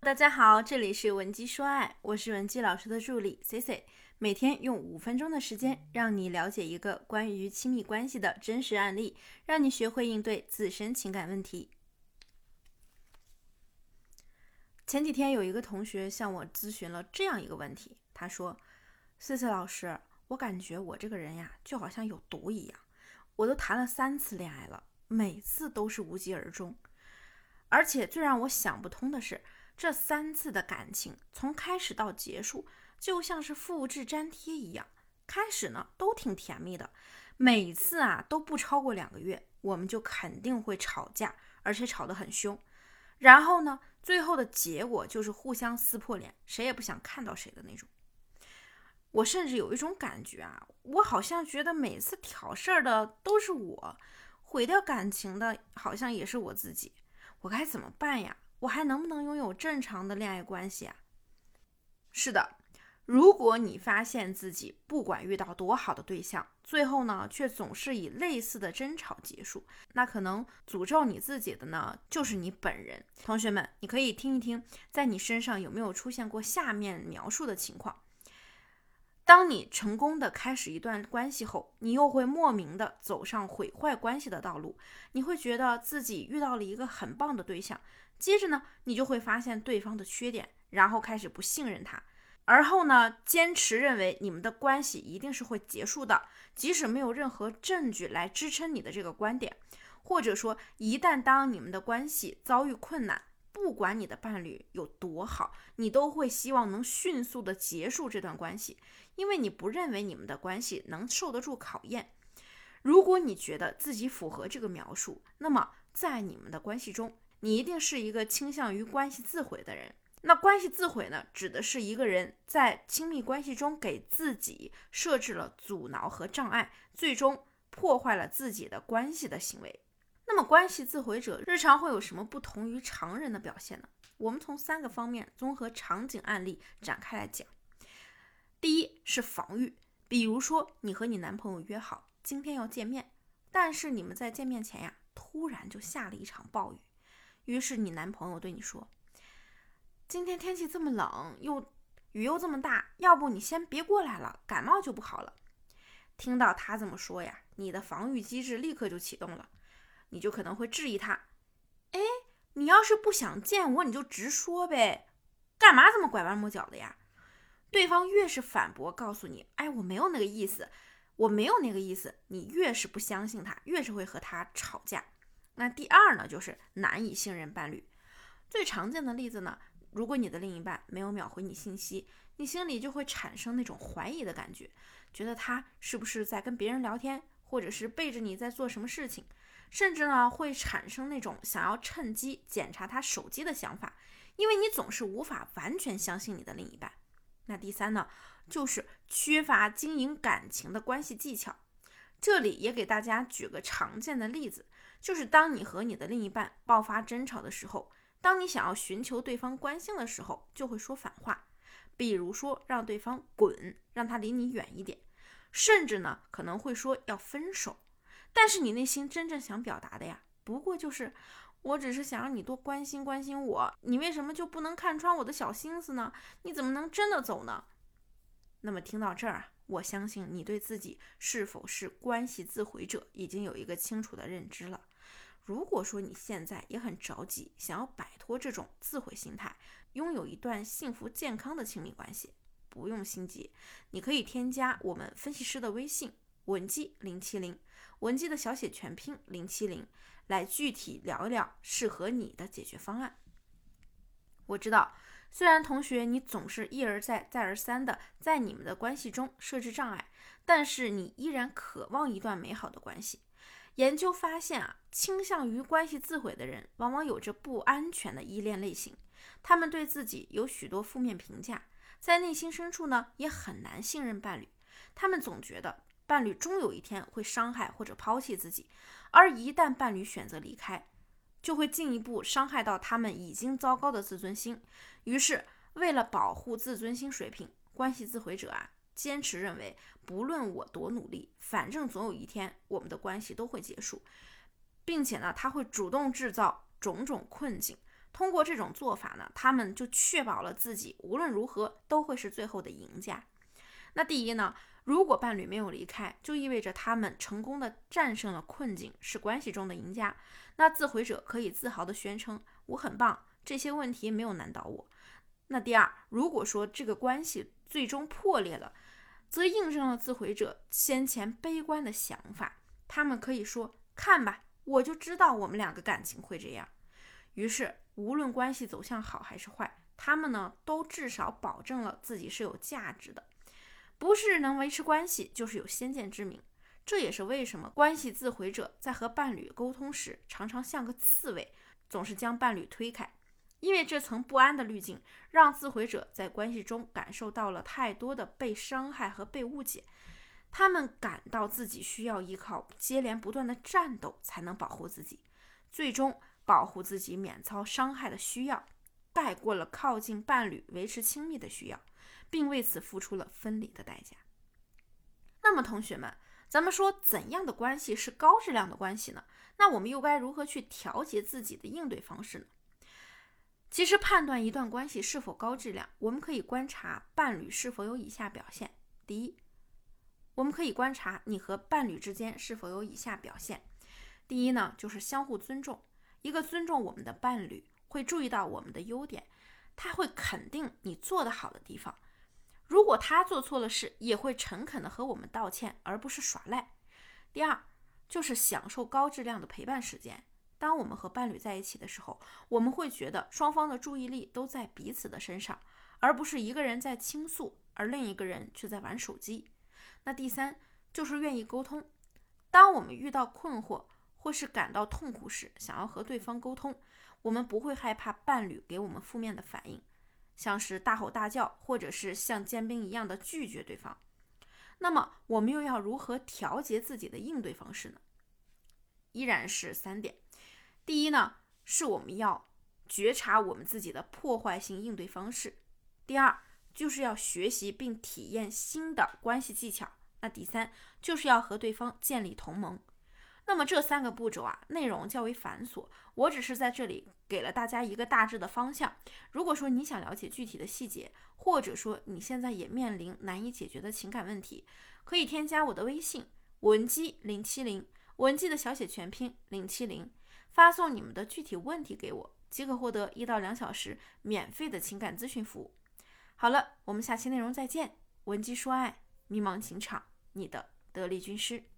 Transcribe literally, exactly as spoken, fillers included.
大家好，这里是文姬说爱，我是文姬老师的助理 C C， 每天用五分钟的时间让你了解一个关于亲密关系的真实案例，让你学会应对自身情感问题。前几天有一个同学向我咨询了这样一个问题，他说 C C 老师，我感觉我这个人呀就好像有毒一样，我都谈了三次恋爱了，每次都是无疾而终，而且最让我想不通的是，这三次的感情从开始到结束就像是复制粘贴一样，开始呢都挺甜蜜的，每次啊都不超过两个月我们就肯定会吵架，而且吵得很凶，然后呢最后的结果就是互相撕破脸，谁也不想看到谁的那种。我甚至有一种感觉啊，我好像觉得每次挑事儿的都是我，毁掉感情的好像也是我自己，我该怎么办呀？我还能不能拥有正常的恋爱关系啊？是的，如果你发现自己不管遇到多好的对象，最后呢却总是以类似的争吵结束，那可能诅咒你自己的呢就是你本人。同学们，你可以听一听，在你身上有没有出现过下面描述的情况。当你成功的开始一段关系后，你又会莫名的走上毁坏关系的道路，你会觉得自己遇到了一个很棒的对象，接着呢，你就会发现对方的缺点，然后开始不信任他，而后呢，坚持认为你们的关系一定是会结束的，即使没有任何证据来支撑你的这个观点，或者说，一旦当你们的关系遭遇困难，不管你的伴侣有多好，你都会希望能迅速的结束这段关系，因为你不认为你们的关系能受得住考验。如果你觉得自己符合这个描述，那么在你们的关系中，你一定是一个倾向于关系自毁的人。那关系自毁呢，指的是一个人在亲密关系中给自己设置了阻挠和障碍，最终破坏了自己的关系的行为。那么关系自毁者日常会有什么不同于常人的表现呢？我们从三个方面综合场景案例展开来讲。第一是防御，比如说你和你男朋友约好今天要见面，但是你们在见面前呀，突然就下了一场暴雨，于是你男朋友对你说，今天天气这么冷，又雨又这么大，要不你先别过来了，感冒就不好了。听到他这么说呀，你的防御机制立刻就启动了，你就可能会质疑他，哎，你要是不想见我，你就直说呗，干嘛这么拐弯抹角的呀？对方越是反驳告诉你，哎，我没有那个意思，我没有那个意思，你越是不相信他，越是会和他吵架。那第二呢，就是难以信任伴侣。最常见的例子呢，如果你的另一半没有秒回你信息，你心里就会产生那种怀疑的感觉，觉得他是不是在跟别人聊天，或者是背着你在做什么事情，甚至呢会产生那种想要趁机检查他手机的想法，因为你总是无法完全相信你的另一半。那第三呢，就是缺乏经营感情的关系技巧。这里也给大家举个常见的例子，就是当你和你的另一半爆发争吵的时候，当你想要寻求对方关心的时候，就会说反话，比如说让对方滚，让他离你远一点，甚至呢可能会说要分手，但是你内心真正想表达的呀，不过就是我只是想让你多关心关心我，你为什么就不能看穿我的小心思呢？你怎么能真的走呢？那么听到这儿，我相信你对自己是否是关系自毁者已经有一个清楚的认知了。如果说你现在也很着急，想要摆脱这种自毁心态，拥有一段幸福健康的亲密关系，不用心急，你可以添加我们分析师的微信文姬零七零，文姬的小写全拼零七零，来具体聊一聊适合你的解决方案。我知道，虽然同学你总是一而再再而三的在你们的关系中设置障碍，但是你依然渴望一段美好的关系。研究发现啊，倾向于关系自毁的人往往有着不安全的依恋类型，他们对自己有许多负面评价，在内心深处呢也很难信任伴侣，他们总觉得伴侣终有一天会伤害或者抛弃自己，而一旦伴侣选择离开，就会进一步伤害到他们已经糟糕的自尊心。于是为了保护自尊心水平，关系自毁者啊坚持认为，不论我多努力，反正总有一天我们的关系都会结束，并且呢，他会主动制造种种困境， 通过这种做法呢，他们就确保了自己无论如何都会是最后的赢家。那第一呢，如果伴侣没有离开，就意味着他们成功的战胜了困境，是关系中的赢家。那自毁者可以自豪的宣称，我很棒，这些问题没有难倒我。那第二，如果说这个关系最终破裂了，则印证了自毁者先前悲观的想法。他们可以说，看吧，我就知道我们两个感情会这样。于是无论关系走向好还是坏，他们呢都至少保证了自己是有价值的，不是能维持关系，就是有先见之明。这也是为什么关系自毁者在和伴侣沟通时常常像个刺猬，总是将伴侣推开。因为这层不安的滤镜，让自毁者在关系中感受到了太多的被伤害和被误解，他们感到自己需要依靠接连不断的战斗才能保护自己，最终保护自己免遭伤害的需要，盖过了靠近伴侣维持亲密的需要，并为此付出了分离的代价。那么同学们，咱们说怎样的关系是高质量的关系呢？那我们又该如何去调节自己的应对方式呢？其实判断一段关系是否高质量，我们可以观察伴侣是否有以下表现。第一，我们可以观察你和伴侣之间是否有以下表现。第一呢，就是相互尊重。一个尊重我们的伴侣，会注意到我们的优点，他会肯定你做得好的地方。如果他做错了事，也会诚恳地和我们道歉，而不是耍赖。第二，就是享受高质量的陪伴时间。当我们和伴侣在一起的时候，我们会觉得双方的注意力都在彼此的身上，而不是一个人在倾诉，而另一个人却在玩手机。那第三，就是愿意沟通。当我们遇到困惑或是感到痛苦时，想要和对方沟通，我们不会害怕伴侣给我们负面的反应，像是大吼大叫，或者是像坚冰一样的拒绝对方。那么我们又要如何调节自己的应对方式呢？依然是三点。第一呢，是我们要觉察我们自己的破坏性应对方式。第二，就是要学习并体验新的关系技巧。那第三，就是要和对方建立同盟。那么这三个步骤啊，内容较为繁琐，我只是在这里给了大家一个大致的方向。如果说你想了解具体的细节，或者说你现在也面临难以解决的情感问题，可以添加我的微信文姬零七零，文姬的小写全拼零七零，发送你们的具体问题给我，即可获得一到两小时免费的情感咨询服务。好了，我们下期内容再见。文姬说爱，迷茫情场，你的得力军师。